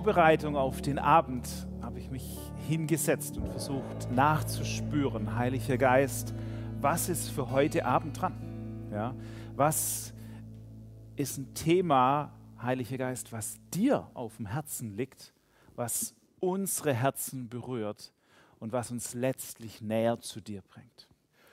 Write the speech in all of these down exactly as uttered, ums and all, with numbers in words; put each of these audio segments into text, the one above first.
Vorbereitung auf den Abend habe ich mich hingesetzt und versucht nachzuspüren, Heiliger Geist, was ist für heute Abend dran? Ja, was ist ein Thema, Heiliger Geist, was dir auf dem Herzen liegt, was unsere Herzen berührt und was uns letztlich näher zu dir bringt?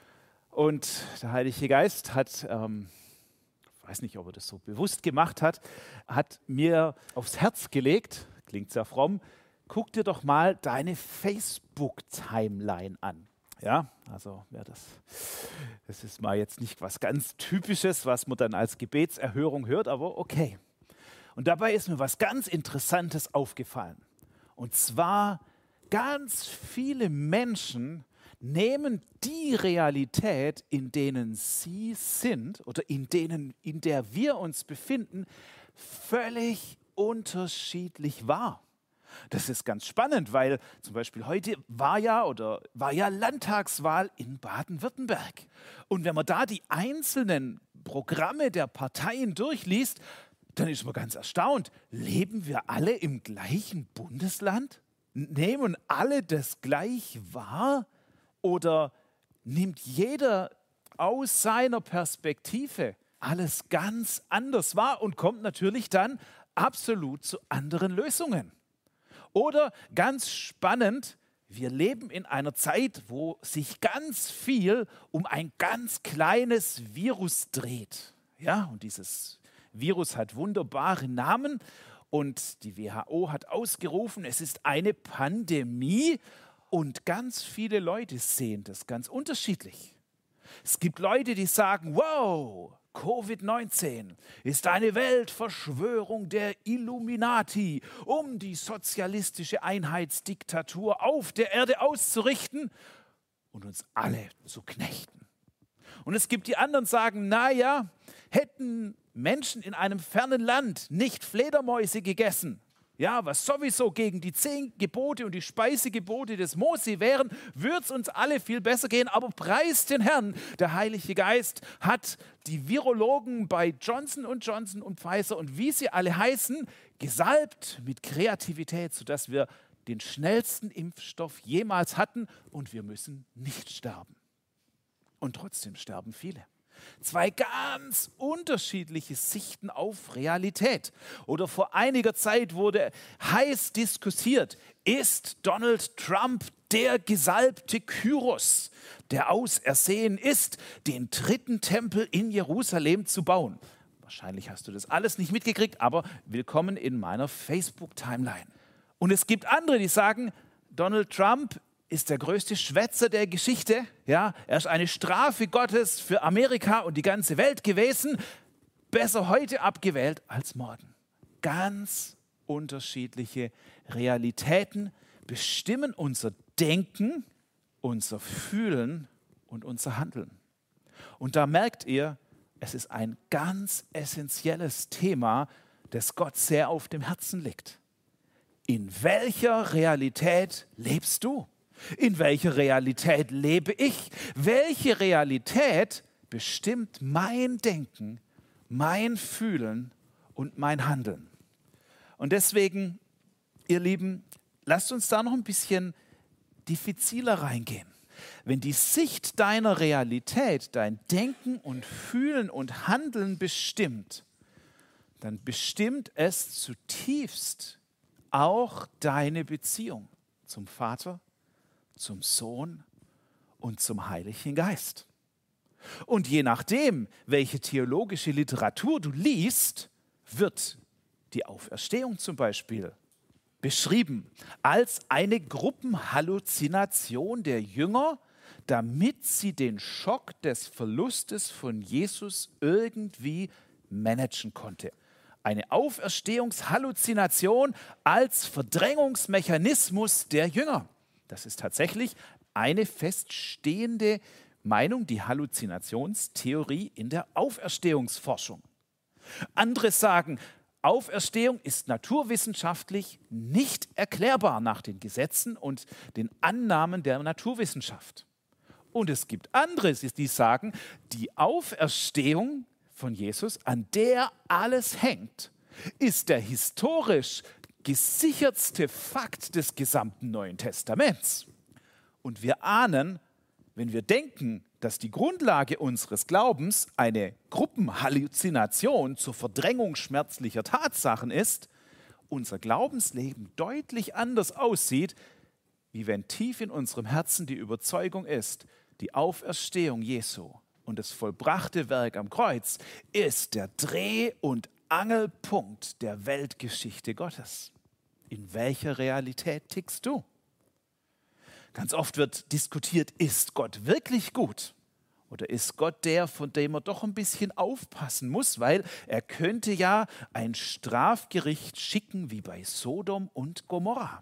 Und der Heilige Geist hat, ähm, ich weiß nicht, ob er das so bewusst gemacht hat, hat mir aufs Herz gelegt, klingt sehr fromm, guck dir doch mal deine Facebook-Timeline an. Ja, also wer das, das ist mal jetzt nicht was ganz Typisches, was man dann als Gebetserhörung hört, aber okay. Und dabei ist mir was ganz Interessantes aufgefallen. Und zwar, ganz viele Menschen nehmen die Realität, in denen sie sind oder in, denen, in der wir uns befinden, völlig unterschiedlich wahr. Das ist ganz spannend, weil zum Beispiel heute war ja oder war ja Landtagswahl in Baden-Württemberg. Und wenn man da die einzelnen Programme der Parteien durchliest, dann ist man ganz erstaunt. Leben wir alle im gleichen Bundesland? Nehmen alle das gleich wahr? Oder nimmt jeder aus seiner Perspektive alles ganz anders wahr und kommt natürlich dann absolut zu anderen Lösungen? Oder ganz spannend, wir leben in einer Zeit, wo sich ganz viel um ein ganz kleines Virus dreht. Ja, und dieses Virus hat wunderbare Namen und die W H O hat ausgerufen, es ist eine Pandemie und ganz viele Leute sehen das ganz unterschiedlich. Es gibt Leute, die sagen, wow, Covid neunzehn ist eine Weltverschwörung der Illuminati, um die sozialistische Einheitsdiktatur auf der Erde auszurichten und uns alle zu knechten. Und es gibt die anderen, die sagen, naja, hätten Menschen in einem fernen Land nicht Fledermäuse gegessen, ja, was sowieso gegen die zehn Gebote und die Speisegebote des Mose wären, würde es uns alle viel besser gehen. Aber preist den Herrn, der Heilige Geist hat die Virologen bei Johnson und Johnson und Pfizer und wie sie alle heißen, gesalbt mit Kreativität, sodass wir den schnellsten Impfstoff jemals hatten und wir müssen nicht sterben. Und trotzdem sterben viele. Zwei ganz unterschiedliche Sichten auf Realität. Oder vor einiger Zeit wurde heiß diskutiert, ist Donald Trump der gesalbte Kyros, der ausersehen ist, den dritten Tempel in Jerusalem zu bauen. Wahrscheinlich hast du das alles nicht mitgekriegt, aber willkommen in meiner Facebook-Timeline. Und es gibt andere, die sagen, Donald Trump ist der größte Schwätzer der Geschichte. Ja, er ist eine Strafe Gottes für Amerika und die ganze Welt gewesen. Besser heute abgewählt als morgen. Ganz unterschiedliche Realitäten bestimmen unser Denken, unser Fühlen und unser Handeln. Und da merkt ihr, es ist ein ganz essentielles Thema, das Gott sehr auf dem Herzen liegt. In welcher Realität lebst du? In welcher Realität lebe ich? Welche Realität bestimmt mein Denken, mein Fühlen und mein Handeln? Und deswegen, ihr Lieben, lasst uns da noch ein bisschen diffiziler reingehen. Wenn die Sicht deiner Realität dein Denken und Fühlen und Handeln bestimmt, dann bestimmt es zutiefst auch deine Beziehung zum Vater, zum Sohn und zum Heiligen Geist. Und je nachdem, welche theologische Literatur du liest, wird die Auferstehung zum Beispiel beschrieben als eine Gruppenhalluzination der Jünger, damit sie den Schock des Verlustes von Jesus irgendwie managen konnte. Eine Auferstehungshalluzination als Verdrängungsmechanismus der Jünger. Das ist tatsächlich eine feststehende Meinung, die Halluzinationstheorie in der Auferstehungsforschung. Andere sagen, Auferstehung ist naturwissenschaftlich nicht erklärbar nach den Gesetzen und den Annahmen der Naturwissenschaft. Und es gibt andere, die sagen, die Auferstehung von Jesus, an der alles hängt, ist der historisch gesichertste Fakt des gesamten Neuen Testaments. Und wir ahnen, wenn wir denken, dass die Grundlage unseres Glaubens eine Gruppenhalluzination zur Verdrängung schmerzlicher Tatsachen ist, unser Glaubensleben deutlich anders aussieht, wie wenn tief in unserem Herzen die Überzeugung ist, die Auferstehung Jesu und das vollbrachte Werk am Kreuz ist der Dreh- und Angelpunkt der Weltgeschichte Gottes. In welcher Realität tickst du? Ganz oft wird diskutiert, ist Gott wirklich gut? Oder ist Gott der, von dem man doch ein bisschen aufpassen muss, weil er könnte ja ein Strafgericht schicken wie bei Sodom und Gomorra?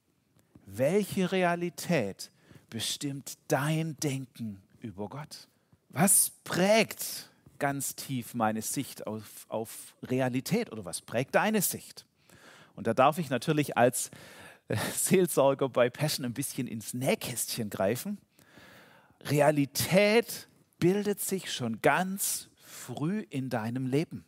Welche Realität bestimmt dein Denken über Gott? Was prägt ganz tief meine Sicht auf, auf Realität oder was prägt deine Sicht? Und da darf ich natürlich als Seelsorger bei Passion ein bisschen ins Nähkästchen greifen. Realität bildet sich schon ganz früh in deinem Leben.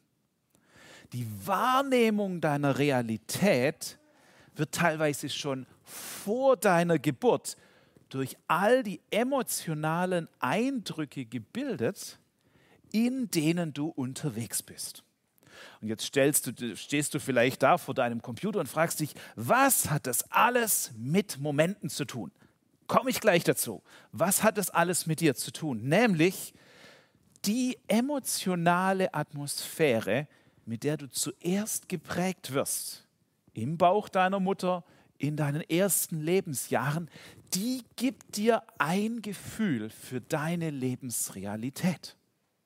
Die Wahrnehmung deiner Realität wird teilweise schon vor deiner Geburt durch all die emotionalen Eindrücke gebildet, in denen du unterwegs bist. Und jetzt stellst du, stehst du vielleicht da vor deinem Computer und fragst dich, was hat das alles mit Momenten zu tun? Komme ich gleich dazu. Was hat das alles mit dir zu tun? Nämlich die emotionale Atmosphäre, mit der du zuerst geprägt wirst, im Bauch deiner Mutter, in deinen ersten Lebensjahren, die gibt dir ein Gefühl für deine Lebensrealität.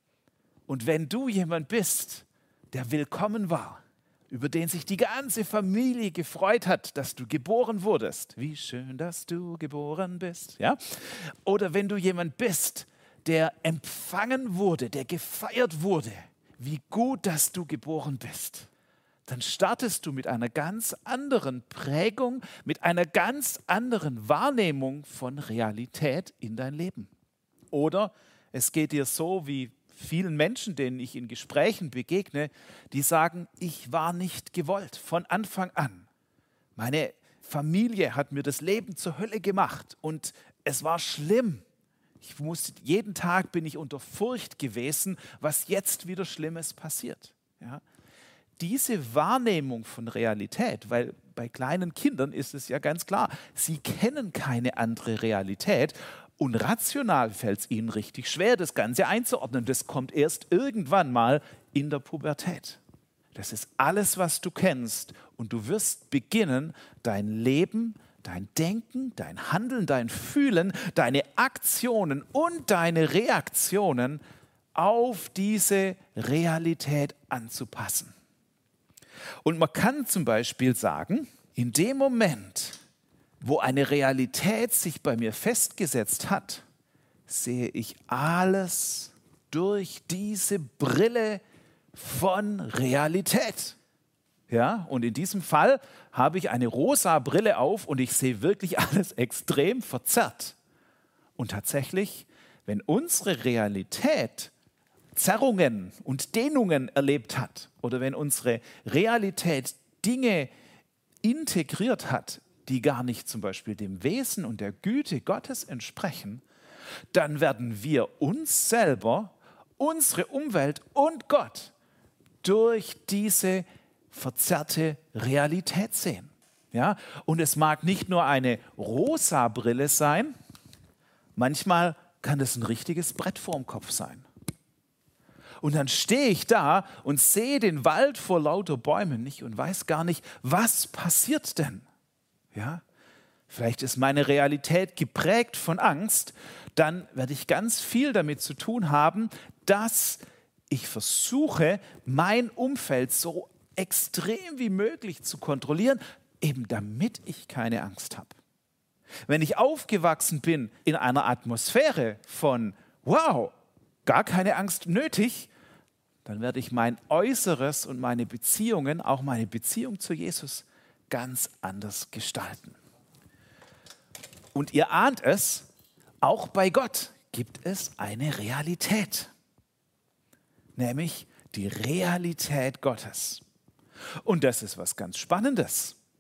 Und wenn du jemand bist, der willkommen war, über den sich die ganze Familie gefreut hat, dass du geboren wurdest. Wie schön, dass du geboren bist. Ja? Oder wenn du jemand bist, der empfangen wurde, der gefeiert wurde. Wie gut, dass du geboren bist. Dann startest du mit einer ganz anderen Prägung, mit einer ganz anderen Wahrnehmung von Realität in dein Leben. Oder es geht dir so wie vielen Menschen, denen ich in Gesprächen begegne, die sagen, ich war nicht gewollt von Anfang an. Meine Familie hat mir das Leben zur Hölle gemacht und es war schlimm. Ich musste, jeden Tag bin ich unter Furcht gewesen, was jetzt wieder Schlimmes passiert. Ja? Diese Wahrnehmung von Realität, weil bei kleinen Kindern ist es ja ganz klar, sie kennen keine andere Realität. Und rational fällt es ihnen richtig schwer, das Ganze einzuordnen. Das kommt erst irgendwann mal in der Pubertät. Das ist alles, was du kennst. Und du wirst beginnen, dein Leben, dein Denken, dein Handeln, dein Fühlen, deine Aktionen und deine Reaktionen auf diese Realität anzupassen. Und man kann zum Beispiel sagen, in dem Moment, wo eine Realität sich bei mir festgesetzt hat, sehe ich alles durch diese Brille von Realität. Ja, und in diesem Fall habe ich eine rosa Brille auf und ich sehe wirklich alles extrem verzerrt. Und tatsächlich, wenn unsere Realität Zerrungen und Dehnungen erlebt hat oder wenn unsere Realität Dinge integriert hat, die gar nicht zum Beispiel dem Wesen und der Güte Gottes entsprechen, dann werden wir uns selber, unsere Umwelt und Gott durch diese verzerrte Realität sehen. Ja? Und es mag nicht nur eine rosa Brille sein, manchmal kann es ein richtiges Brett vorm Kopf sein. Und dann stehe ich da und sehe den Wald vor lauter Bäumen nicht und weiß gar nicht, was passiert denn? Ja, vielleicht ist meine Realität geprägt von Angst, dann werde ich ganz viel damit zu tun haben, dass ich versuche, mein Umfeld so extrem wie möglich zu kontrollieren, eben damit ich keine Angst habe. Wenn ich aufgewachsen bin in einer Atmosphäre von, wow, gar keine Angst nötig, dann werde ich mein Äußeres und meine Beziehungen, auch meine Beziehung zu Jesus, ganz anders gestalten. Und ihr ahnt es, auch bei Gott gibt es eine Realität, nämlich die Realität Gottes. Und das ist was ganz Spannendes.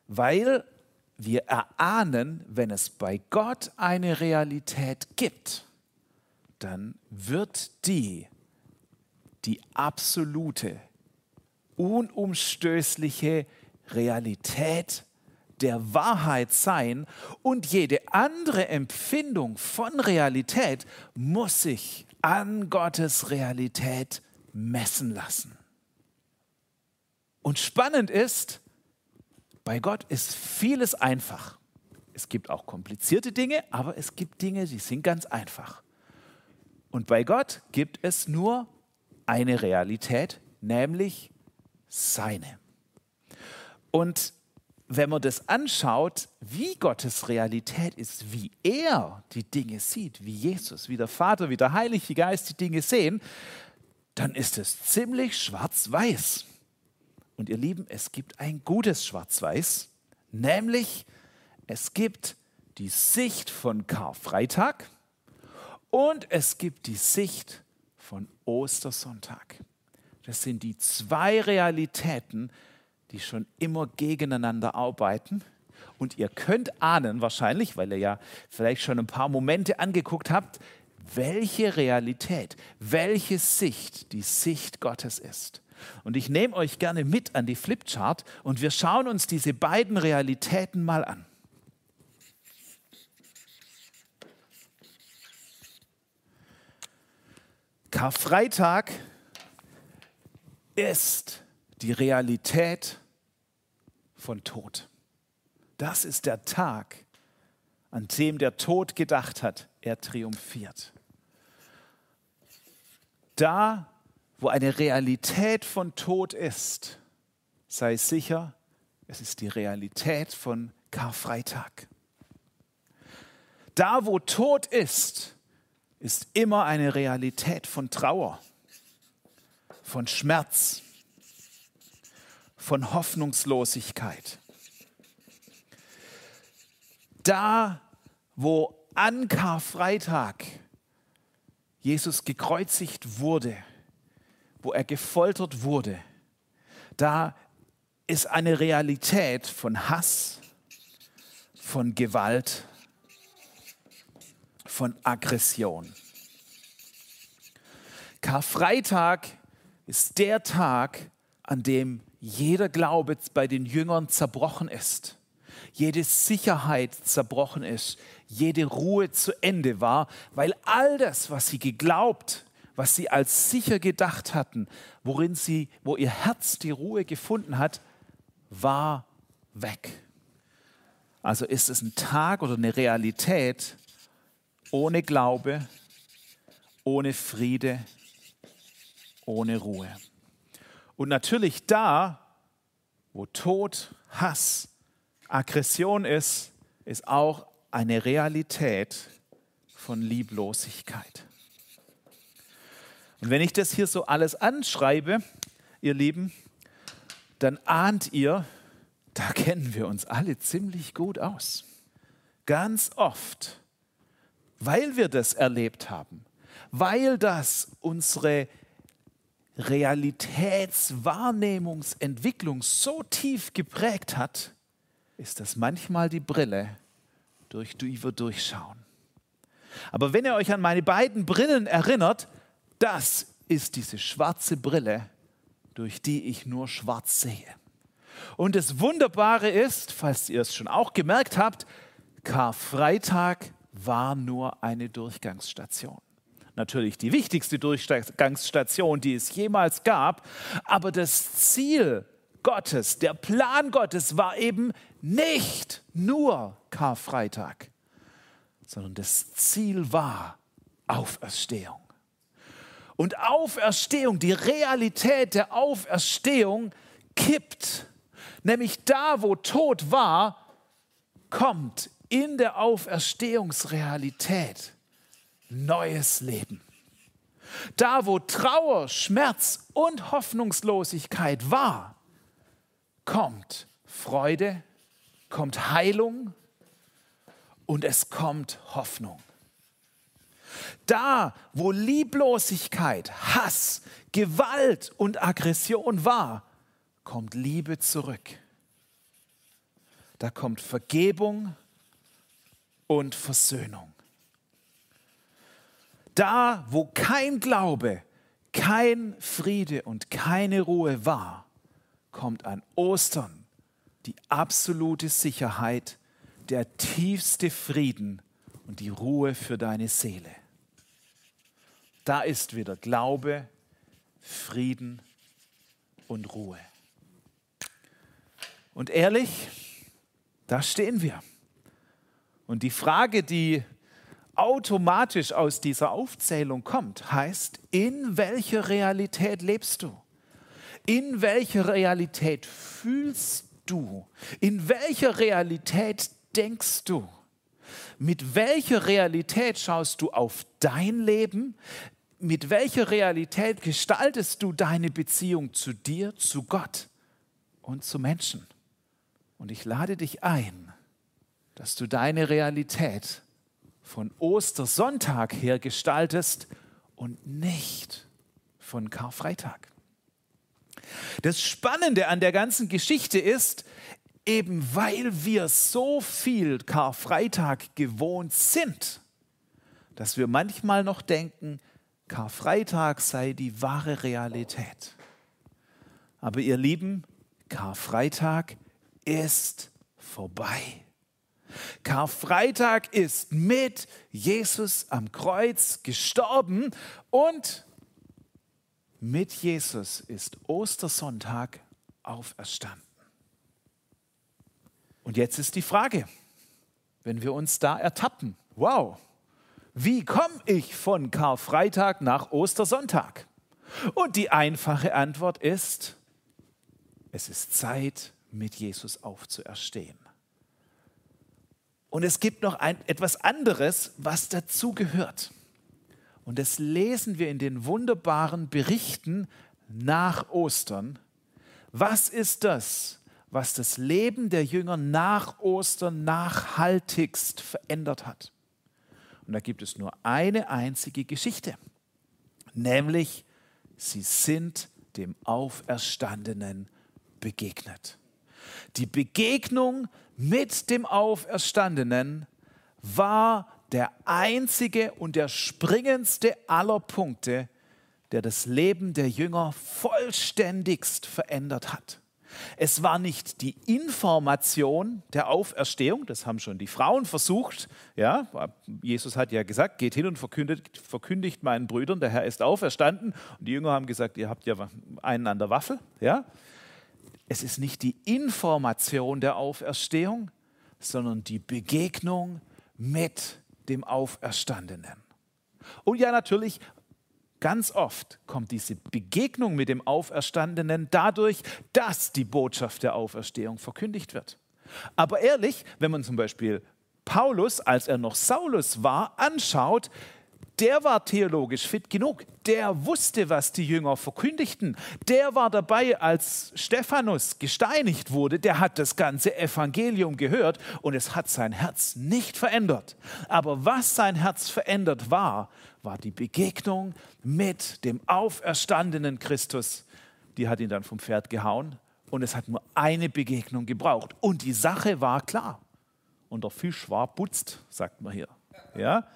Weil wir erahnen, wenn es bei Gott eine Realität gibt, dann wird die die absolute, unumstößliche Realität der Wahrheit sein und jede andere Empfindung von Realität muss sich an Gottes Realität messen lassen. Und spannend ist, bei Gott ist vieles einfach. Es gibt auch komplizierte Dinge, aber es gibt Dinge, die sind ganz einfach. Und bei Gott gibt es nur eine Realität, nämlich seine. Und wenn man das anschaut, wie Gottes Realität ist, wie er die Dinge sieht, wie Jesus, wie der Vater, wie der Heilige Geist die Dinge sehen, dann ist es ziemlich schwarz-weiß. Und ihr Lieben, es gibt ein gutes Schwarz-Weiß, nämlich es gibt die Sicht von Karfreitag und es gibt die Sicht von Ostersonntag. Das sind die zwei Realitäten, die schon immer gegeneinander arbeiten. Und ihr könnt ahnen wahrscheinlich, weil ihr ja vielleicht schon ein paar Momente angeguckt habt, welche Realität, welche Sicht die Sicht Gottes ist. Und ich nehme euch gerne mit an die Flipchart und wir schauen uns diese beiden Realitäten mal an. Karfreitag ist die Realität von Tod. Das ist der Tag, an dem der Tod gedacht hat, er triumphiert. Da, wo eine Realität von Tod ist, sei sicher, es ist die Realität von Karfreitag. Da, wo Tod ist, ist immer eine Realität von Trauer, von Schmerz, von Hoffnungslosigkeit. Da, wo an Karfreitag Jesus gekreuzigt wurde, wo er gefoltert wurde, da ist eine Realität von Hass, von Gewalt, von Aggression. Karfreitag ist der Tag, an dem jeder Glaube bei den Jüngern zerbrochen ist, jede Sicherheit zerbrochen ist, jede Ruhe zu Ende war, weil all das, was sie geglaubt, was sie als sicher gedacht hatten, worin sie, wo ihr Herz die Ruhe gefunden hat, war weg. Also ist es ein Tag oder eine Realität ohne Glaube, ohne Friede, ohne Ruhe. Und natürlich da, wo Tod, Hass, Aggression ist, ist auch eine Realität von Lieblosigkeit. Und wenn ich das hier so alles anschreibe, ihr Lieben, dann ahnt ihr, da kennen wir uns alle ziemlich gut aus. Ganz oft, weil wir das erlebt haben, weil das unsere Realitätswahrnehmungsentwicklung so tief geprägt hat, ist das manchmal die Brille, durch die wir durchschauen. Aber wenn ihr euch an meine beiden Brillen erinnert, das ist diese schwarze Brille, durch die ich nur schwarz sehe. Und das Wunderbare ist, falls ihr es schon auch gemerkt habt, Karfreitag war nur eine Durchgangsstation. Natürlich die wichtigste Durchgangsstation, die es jemals gab, aber das Ziel Gottes, der Plan Gottes war eben nicht nur Karfreitag, sondern das Ziel war Auferstehung. Und Auferstehung, die Realität der Auferstehung kippt. Nämlich da, wo Tod war, kommt in der Auferstehungsrealität neues Leben. Da, wo Trauer, Schmerz und Hoffnungslosigkeit war, kommt Freude, kommt Heilung und es kommt Hoffnung. Da, wo Lieblosigkeit, Hass, Gewalt und Aggression war, kommt Liebe zurück. da kommt Vergebung und Versöhnung. Da, wo kein Glaube, kein Friede und keine Ruhe war, kommt an Ostern die absolute Sicherheit, der tiefste Frieden und die Ruhe für deine Seele. Da ist wieder Glaube, Frieden und Ruhe. Und ehrlich, da stehen wir. Und die Frage, die automatisch aus dieser Aufzählung kommt, heißt, in welcher Realität lebst du? In welcher Realität fühlst du? In welcher Realität denkst du? Mit welcher Realität schaust du auf dein Leben? Mit welcher Realität gestaltest du deine Beziehung zu dir, zu Gott und zu Menschen? Und ich lade dich ein, dass du deine Realität von Ostersonntag her gestaltest und nicht von Karfreitag. Das Spannende an der ganzen Geschichte ist, eben weil wir so viel Karfreitag gewohnt sind, dass wir manchmal noch denken, Karfreitag sei die wahre Realität. Aber ihr Lieben, Karfreitag ist vorbei. Karfreitag ist mit Jesus am Kreuz gestorben und mit Jesus ist Ostersonntag auferstanden. Und jetzt ist die Frage, wenn wir uns da ertappen, wow, wie komme ich von Karfreitag nach Ostersonntag? Und die einfache Antwort ist, es ist Zeit, mit Jesus aufzuerstehen. Und es gibt noch ein, etwas anderes, was dazu gehört. Und das lesen wir in den wunderbaren Berichten nach Ostern. Was ist das, was das Leben der Jünger nach Ostern nachhaltigst verändert hat? Und da gibt es nur eine einzige Geschichte, nämlich sie sind dem Auferstandenen begegnet. Die Begegnung mit dem Auferstandenen war der einzige und der springendste aller Punkte, der das Leben der Jünger vollständigst verändert hat. Es war nicht die Information der Auferstehung, das haben schon die Frauen versucht. Ja, Jesus hat ja gesagt, geht hin und verkündigt, verkündigt meinen Brüdern, der Herr ist auferstanden. Und die Jünger haben gesagt, ihr habt ja einen an der Waffel. Ja? Es ist nicht die Information der Auferstehung, sondern die Begegnung mit dem Auferstandenen. Und ja, natürlich, ganz oft kommt diese Begegnung mit dem Auferstandenen dadurch, dass die Botschaft der Auferstehung verkündigt wird. Aber ehrlich, wenn man zum Beispiel Paulus, als er noch Saulus war, anschaut, der war theologisch fit genug. Der wusste, was die Jünger verkündigten. Der war dabei, als Stephanus gesteinigt wurde. Der hat das ganze Evangelium gehört und es hat sein Herz nicht verändert. Aber was sein Herz verändert war, war die Begegnung mit dem auferstandenen Christus. Die hat ihn dann vom Pferd gehauen und es hat nur eine Begegnung gebraucht. Und die Sache war klar. Und der Fisch war putzt, sagt man hier. Ja?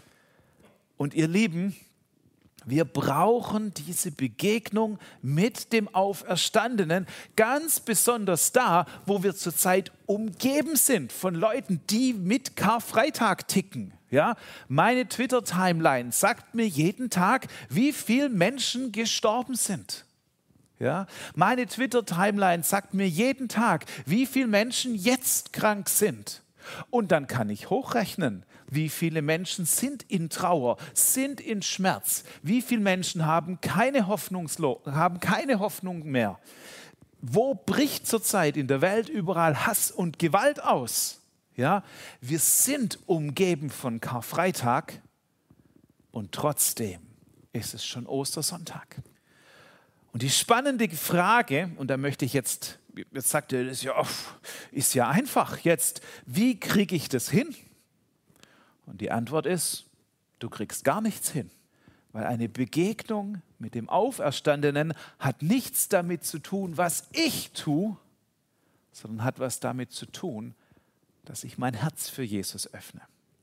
Und ihr Lieben, wir brauchen diese Begegnung mit dem Auferstandenen, ganz besonders da, wo wir zurzeit umgeben sind von Leuten, die mit Karfreitag ticken. Ja? Meine Twitter-Timeline sagt mir jeden Tag, wie viele Menschen gestorben sind. Ja? Meine Twitter-Timeline sagt mir jeden Tag, wie viele Menschen jetzt krank sind. Und dann kann ich hochrechnen, wie viele Menschen sind in Trauer, sind in Schmerz, wie viele Menschen haben keine, Hoffnungslo- haben keine Hoffnung mehr. Wo bricht zurzeit in der Welt überall Hass und Gewalt aus? Ja? Wir sind umgeben von Karfreitag und trotzdem ist es schon Ostersonntag. Und die spannende Frage, und da möchte ich jetzt, jetzt sagt ihr, das ist ja, ist ja einfach jetzt, wie kriege ich das hin? Und die Antwort ist, du kriegst gar nichts hin, weil eine Begegnung mit dem Auferstandenen hat nichts damit zu tun, was ich tue, sondern hat was damit zu tun, dass ich mein Herz für Jesus öffne.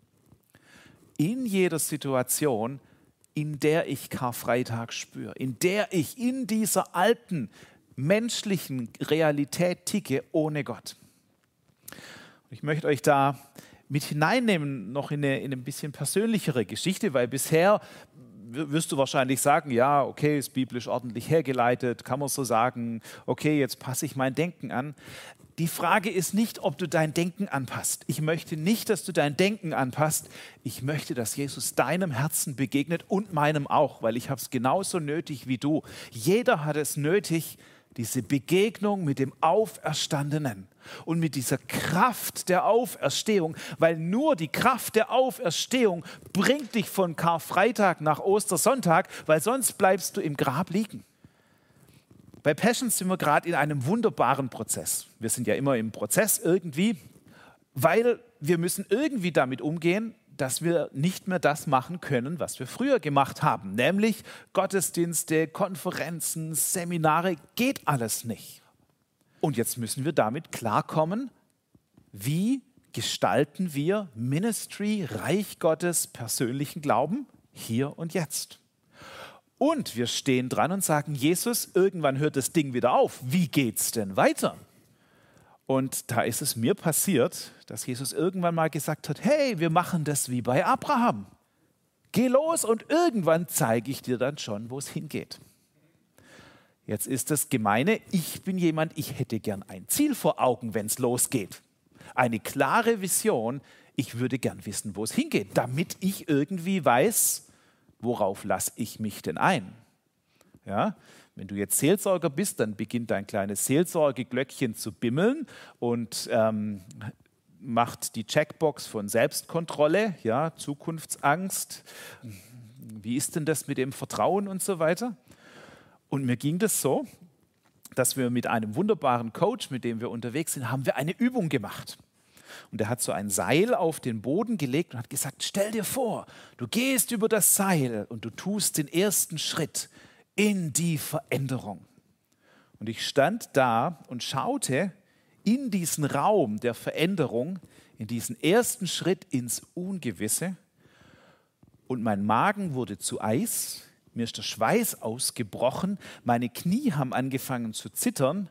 In jeder Situation, in der ich Karfreitag spüre, in der ich in dieser alten menschlichen Realität ticke ohne Gott. Ich möchte euch da mit hineinnehmen, noch in eine, in eine bisschen persönlichere Geschichte, weil bisher wirst du wahrscheinlich sagen, ja, okay, ist biblisch ordentlich hergeleitet, kann man so sagen, okay, jetzt passe ich mein Denken an. Die Frage ist nicht, ob du dein Denken anpasst. Ich möchte nicht, dass du dein Denken anpasst. Ich möchte, dass Jesus deinem Herzen begegnet und meinem auch, weil ich habe es genauso nötig wie du. Jeder hat es nötig, diese Begegnung mit dem Auferstandenen und mit dieser Kraft der Auferstehung, weil nur die Kraft der Auferstehung bringt dich von Karfreitag nach Ostersonntag, weil sonst bleibst du im Grab liegen. Bei Passion sind wir gerade in einem wunderbaren Prozess. Wir sind ja immer im Prozess irgendwie, weil wir müssen irgendwie damit umgehen, dass wir nicht mehr das machen können, was wir früher gemacht haben, nämlich Gottesdienste, Konferenzen, Seminare, geht alles nicht. Und jetzt müssen wir damit klarkommen, wie gestalten wir Ministry, Reich Gottes, persönlichen Glauben hier und jetzt. Und wir stehen dran und sagen, Jesus, irgendwann hört das Ding wieder auf. Wie geht's denn weiter? Und da ist es mir passiert, dass Jesus irgendwann mal gesagt hat, hey, wir machen das wie bei Abraham. Geh los und irgendwann zeige ich dir dann schon, wo es hingeht. Jetzt ist das Gemeine, ich bin jemand, ich hätte gern ein Ziel vor Augen, wenn es losgeht. Eine klare Vision, ich würde gern wissen, wo es hingeht, damit ich irgendwie weiß, worauf lasse ich mich denn ein? Ja, wenn du jetzt Seelsorger bist, dann beginnt dein kleines Seelsorgeglöckchen zu bimmeln und ähm, macht die Checkbox von Selbstkontrolle, ja, Zukunftsangst. Wie ist denn das mit dem Vertrauen und so weiter? Und mir ging das so, dass wir mit einem wunderbaren Coach, mit dem wir unterwegs sind, haben wir eine Übung gemacht. Und er hat so ein Seil auf den Boden gelegt und hat gesagt, stell dir vor, du gehst über das Seil und du tust den ersten Schritt in die Veränderung. Und ich stand da und schaute in diesen Raum der Veränderung, in diesen ersten Schritt ins Ungewisse. Und mein Magen wurde zu Eis, mir ist der Schweiß ausgebrochen, meine Knie haben angefangen zu zittern.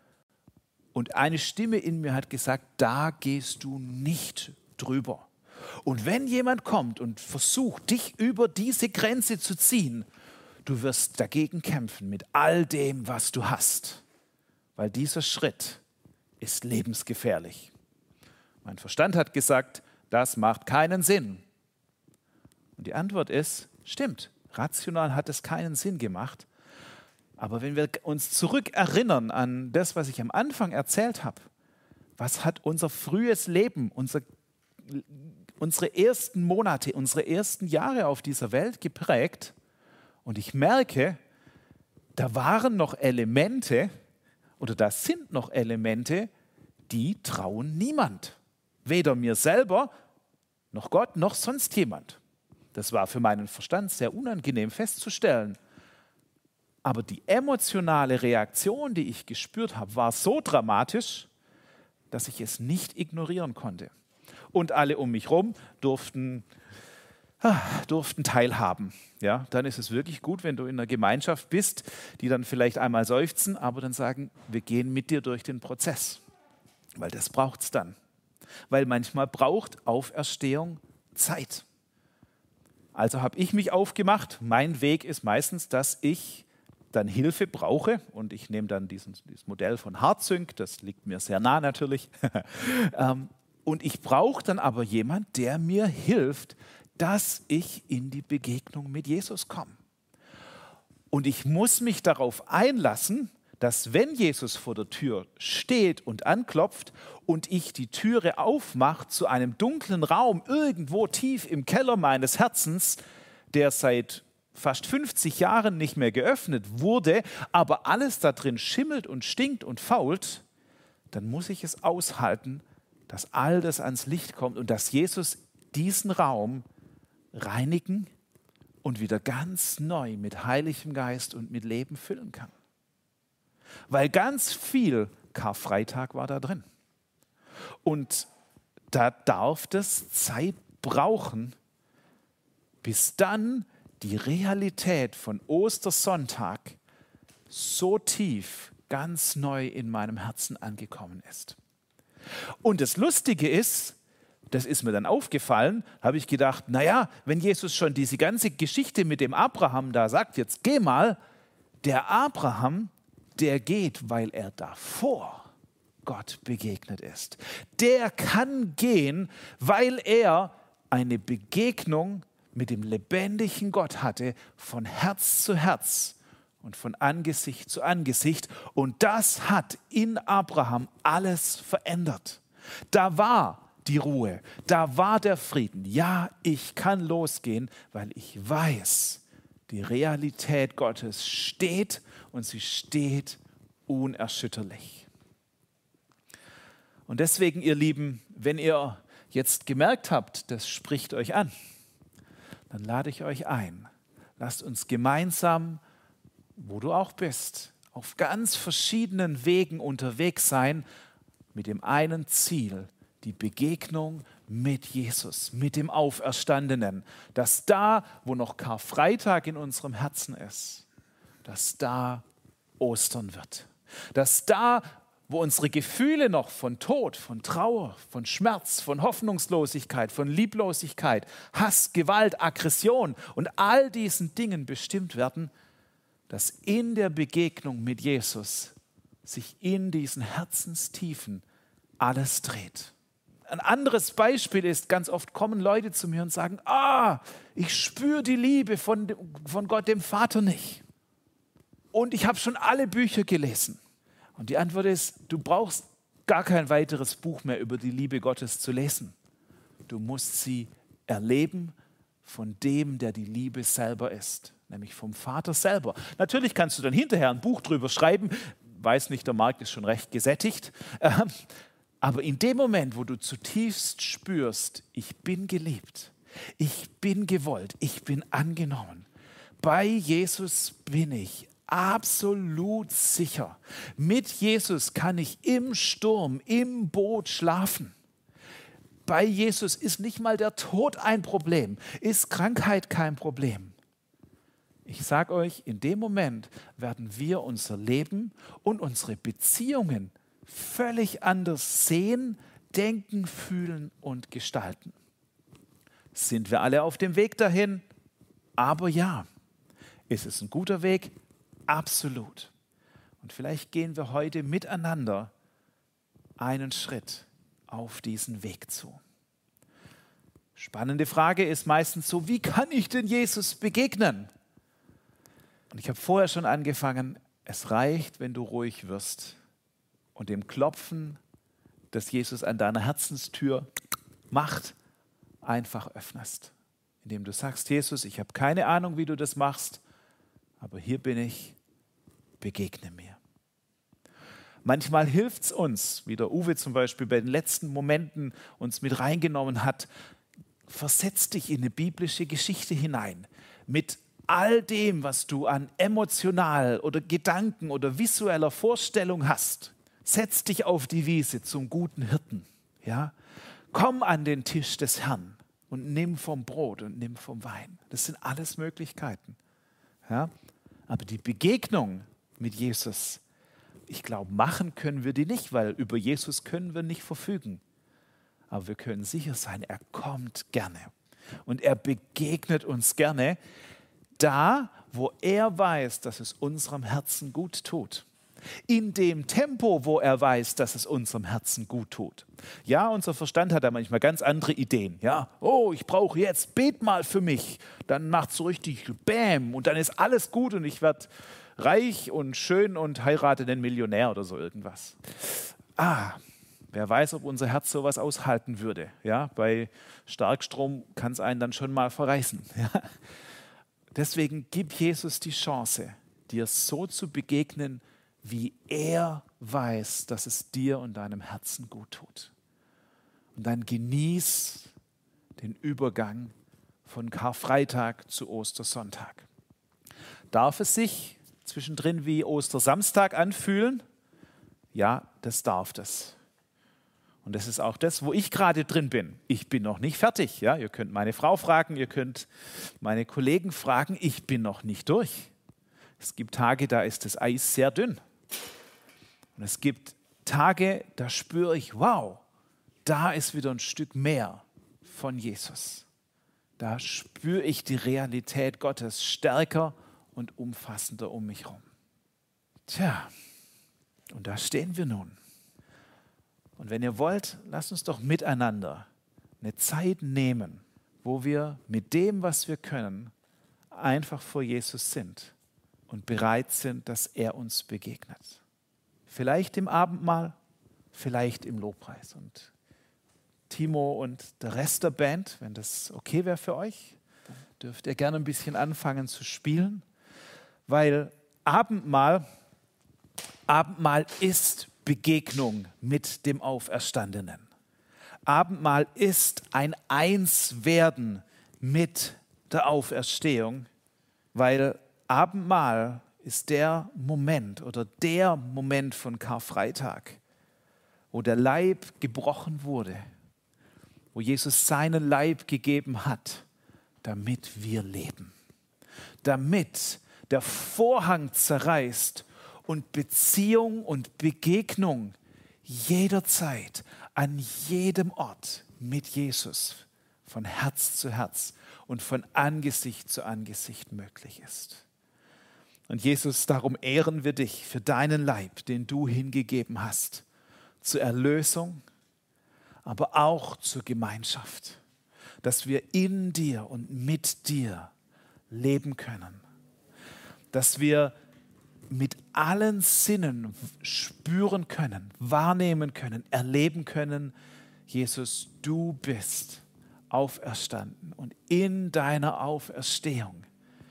Und eine Stimme in mir hat gesagt, da gehst du nicht drüber. Und wenn jemand kommt und versucht, dich über diese Grenze zu ziehen, du wirst dagegen kämpfen mit all dem, was du hast. Weil dieser Schritt ist lebensgefährlich. Mein Verstand hat gesagt, das macht keinen Sinn. Und die Antwort ist, stimmt, rational hat es keinen Sinn gemacht. Aber wenn wir uns zurückerinnern an das, was ich am Anfang erzählt habe, was hat unser frühes Leben, unser, unsere ersten Monate, unsere ersten Jahre auf dieser Welt geprägt? Und ich merke, da waren noch Elemente oder da sind noch Elemente, die trauen niemand. Weder mir selber, noch Gott, noch sonst jemand. Das war für meinen Verstand sehr unangenehm festzustellen. Aber die emotionale Reaktion, die ich gespürt habe, war so dramatisch, dass ich es nicht ignorieren konnte. Und alle um mich herum durften, durften teilhaben. Ja, dann ist es wirklich gut, wenn du in einer Gemeinschaft bist, die dann vielleicht einmal seufzen, aber dann sagen, wir gehen mit dir durch den Prozess. Weil das braucht es dann. Weil manchmal braucht Auferstehung Zeit. Also habe ich mich aufgemacht. Mein Weg ist meistens, dass ich dann Hilfe brauche und ich nehme dann diesen, dieses Modell von Heartsync, das liegt mir sehr nah natürlich. Und ich brauche dann aber jemand, der mir hilft, dass ich in die Begegnung mit Jesus komme. Und ich muss mich darauf einlassen, dass wenn Jesus vor der Tür steht und anklopft und ich die Türe aufmache zu einem dunklen Raum irgendwo tief im Keller meines Herzens, der seit fast fünfzig Jahren nicht mehr geöffnet wurde, aber alles da drin schimmelt und stinkt und fault, dann muss ich es aushalten, dass all das ans Licht kommt und dass Jesus diesen Raum reinigen und wieder ganz neu mit Heiligem Geist und mit Leben füllen kann. Weil ganz viel Karfreitag war da drin. Und da darf das Zeit brauchen, bis dann die Realität von Ostersonntag so tief, ganz neu in meinem Herzen angekommen ist. Und das Lustige ist, das ist mir dann aufgefallen, habe ich gedacht, naja, wenn Jesus schon diese ganze Geschichte mit dem Abraham da sagt, jetzt geh mal, der Abraham, der geht, weil er davor Gott begegnet ist. Der kann gehen, weil er eine Begegnung mit dem lebendigen Gott hatte, von Herz zu Herz und von Angesicht zu Angesicht. Und das hat in Abraham alles verändert. Da war die Ruhe, da war der Frieden. Ja, ich kann losgehen, weil ich weiß, die Realität Gottes steht und sie steht unerschütterlich. Und deswegen, ihr Lieben, wenn ihr jetzt gemerkt habt, das spricht euch an, dann lade ich euch ein. Lasst uns gemeinsam, wo du auch bist, auf ganz verschiedenen Wegen unterwegs sein, mit dem einen Ziel, die Begegnung mit Jesus, mit dem Auferstandenen. Dass da, wo noch Karfreitag in unserem Herzen ist, dass da Ostern wird. Dass da, wo unsere Gefühle noch von Tod, von Trauer, von Schmerz, von Hoffnungslosigkeit, von Lieblosigkeit, Hass, Gewalt, Aggression und all diesen Dingen bestimmt werden, dass in der Begegnung mit Jesus sich in diesen Herzenstiefen alles dreht. Ein anderes Beispiel ist, ganz oft kommen Leute zu mir und sagen, ah, ich spüre die Liebe von, von Gott, dem Vater nicht. Und ich habe schon alle Bücher gelesen. Und die Antwort ist, du brauchst gar kein weiteres Buch mehr über die Liebe Gottes zu lesen. Du musst sie erleben von dem, der die Liebe selber ist, nämlich vom Vater selber. Natürlich kannst du dann hinterher ein Buch drüber schreiben, weiß nicht, der Markt ist schon recht gesättigt. Aber in dem Moment, wo du zutiefst spürst, ich bin geliebt, ich bin gewollt, ich bin angenommen, bei Jesus bin ich absolut sicher. Mit Jesus kann ich im Sturm, im Boot schlafen. Bei Jesus ist nicht mal der Tod ein Problem, ist Krankheit kein Problem. Ich sage euch, in dem Moment werden wir unser Leben und unsere Beziehungen völlig anders sehen, denken, fühlen und gestalten. Sind wir alle auf dem Weg dahin? Aber ja, ist es ein guter Weg? Absolut. Und vielleicht gehen wir heute miteinander einen Schritt auf diesen Weg zu. Spannende Frage ist meistens so, wie kann ich denn Jesus begegnen? Und ich habe vorher schon angefangen, es reicht, wenn du ruhig wirst und dem Klopfen, das Jesus an deiner Herzenstür macht, einfach öffnest. Indem du sagst, Jesus, ich habe keine Ahnung, wie du das machst, aber hier bin ich, begegne mir. Manchmal hilft es uns, wie der Uwe zum Beispiel bei den letzten Momenten uns mit reingenommen hat, versetz dich in eine biblische Geschichte hinein, mit all dem, was du an emotional oder Gedanken oder visueller Vorstellung hast. Setz dich auf die Wiese zum guten Hirten. Ja? Komm an den Tisch des Herrn und nimm vom Brot und nimm vom Wein. Das sind alles Möglichkeiten. Ja? Aber die Begegnung mit Jesus, ich glaube, machen können wir die nicht, weil über Jesus können wir nicht verfügen. Aber wir können sicher sein, er kommt gerne. Und er begegnet uns gerne da, wo er weiß, dass es unserem Herzen gut tut. In dem Tempo, wo er weiß, dass es unserem Herzen gut tut. Ja, unser Verstand hat da manchmal ganz andere Ideen. Ja, oh, ich brauche jetzt, bet mal für mich. Dann macht es so richtig Bäm und dann ist alles gut und ich werde reich und schön und heirate den Millionär oder so irgendwas. Ah, wer weiß, ob unser Herz sowas aushalten würde. Ja, bei Starkstrom kann es einen dann schon mal verreißen. Ja. Deswegen gib Jesus die Chance, dir so zu begegnen, wie er weiß, dass es dir und deinem Herzen gut tut. Und dann genieß den Übergang von Karfreitag zu Ostersonntag. Darf es sich zwischendrin wie Ostersamstag anfühlen? Ja, das darf das. Und das ist auch das, wo ich gerade drin bin. Ich bin noch nicht fertig. Ja? Ihr könnt meine Frau fragen, ihr könnt meine Kollegen fragen. Ich bin noch nicht durch. Es gibt Tage, da ist das Eis sehr dünn. Und es gibt Tage, da spüre ich, wow, da ist wieder ein Stück mehr von Jesus. Da spüre ich die Realität Gottes stärker und umfassender um mich herum. Tja, und da stehen wir nun. Und wenn ihr wollt, lasst uns doch miteinander eine Zeit nehmen, wo wir mit dem, was wir können, einfach vor Jesus sind und bereit sind, dass er uns begegnet. Vielleicht im Abendmahl, vielleicht im Lobpreis. Und Timo und der Rest der Band, wenn das okay wäre für euch, dürft ihr gerne ein bisschen anfangen zu spielen, weil Abendmahl, Abendmahl ist Begegnung mit dem Auferstandenen. Abendmahl ist ein Einswerden mit der Auferstehung, weil Abendmahl ist der Moment oder der Moment von Karfreitag, wo der Leib gebrochen wurde, wo Jesus seinen Leib gegeben hat, damit wir leben, damit der Vorhang zerreißt und Beziehung und Begegnung jederzeit, an jedem Ort mit Jesus von Herz zu Herz und von Angesicht zu Angesicht möglich ist. Und Jesus, darum ehren wir dich für deinen Leib, den du hingegeben hast, zur Erlösung, aber auch zur Gemeinschaft, dass wir in dir und mit dir leben können, dass wir mit allen Sinnen spüren können, wahrnehmen können, erleben können, Jesus, du bist auferstanden und in deiner Auferstehung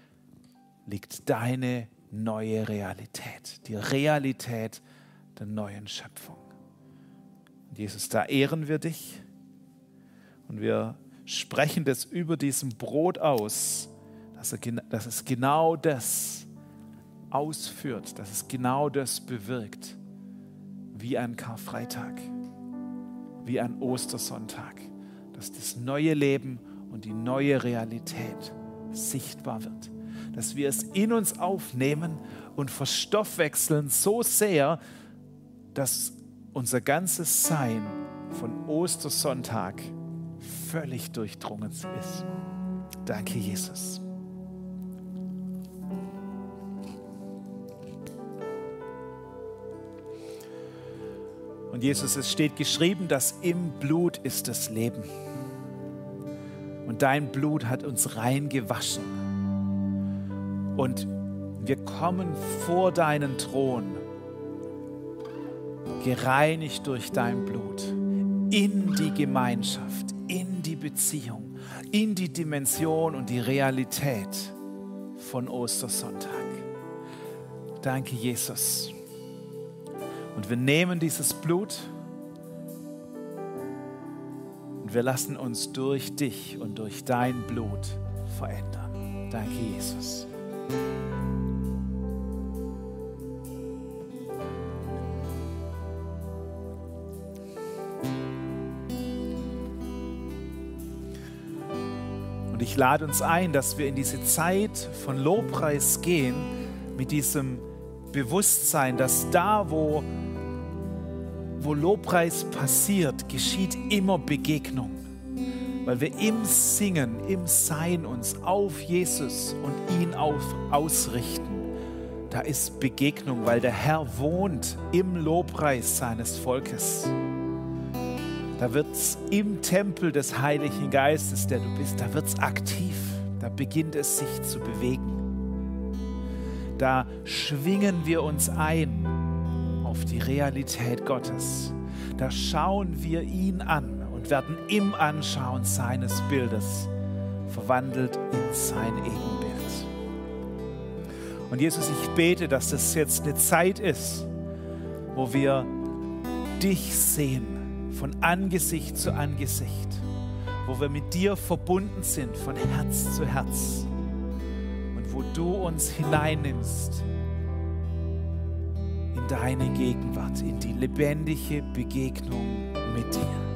liegt deine neue Realität, die Realität der neuen Schöpfung. Und Jesus, da ehren wir dich und wir sprechen das über diesem Brot aus, dass, er, dass es genau das ausführt, dass es genau das bewirkt, wie ein Karfreitag, wie ein Ostersonntag, dass das neue Leben und die neue Realität sichtbar wird, dass wir es in uns aufnehmen und verstoffwechseln so sehr, dass unser ganzes Sein von Ostersonntag völlig durchdrungen ist. Danke, Jesus. Und Jesus, es steht geschrieben, dass im Blut ist das Leben. Und dein Blut hat uns rein gewaschen. Und wir kommen vor deinen Thron, gereinigt durch dein Blut, in die Gemeinschaft, in die Beziehung, in die Dimension und die Realität von Ostersonntag. Danke, Jesus. Und wir nehmen dieses Blut und wir lassen uns durch dich und durch dein Blut verändern. Danke, Jesus. Und ich lade uns ein, dass wir in diese Zeit von Lobpreis gehen mit diesem Bewusstsein, dass da, wo, wo Lobpreis passiert, geschieht immer Begegnung. Weil wir im Singen, im Sein uns auf Jesus und ihn auf, ausrichten. Da ist Begegnung, weil der Herr wohnt im Lobpreis seines Volkes. Da wird es im Tempel des Heiligen Geistes, der du bist, da wird es aktiv. Da beginnt es sich zu bewegen. Da schwingen wir uns ein auf die Realität Gottes. Da schauen wir ihn an und werden im Anschauen seines Bildes verwandelt in sein Ebenbild. Und Jesus, ich bete, dass das jetzt eine Zeit ist, wo wir dich sehen, von Angesicht zu Angesicht, wo wir mit dir verbunden sind, von Herz zu Herz und wo du uns hineinnimmst in deine Gegenwart, in die lebendige Begegnung mit dir.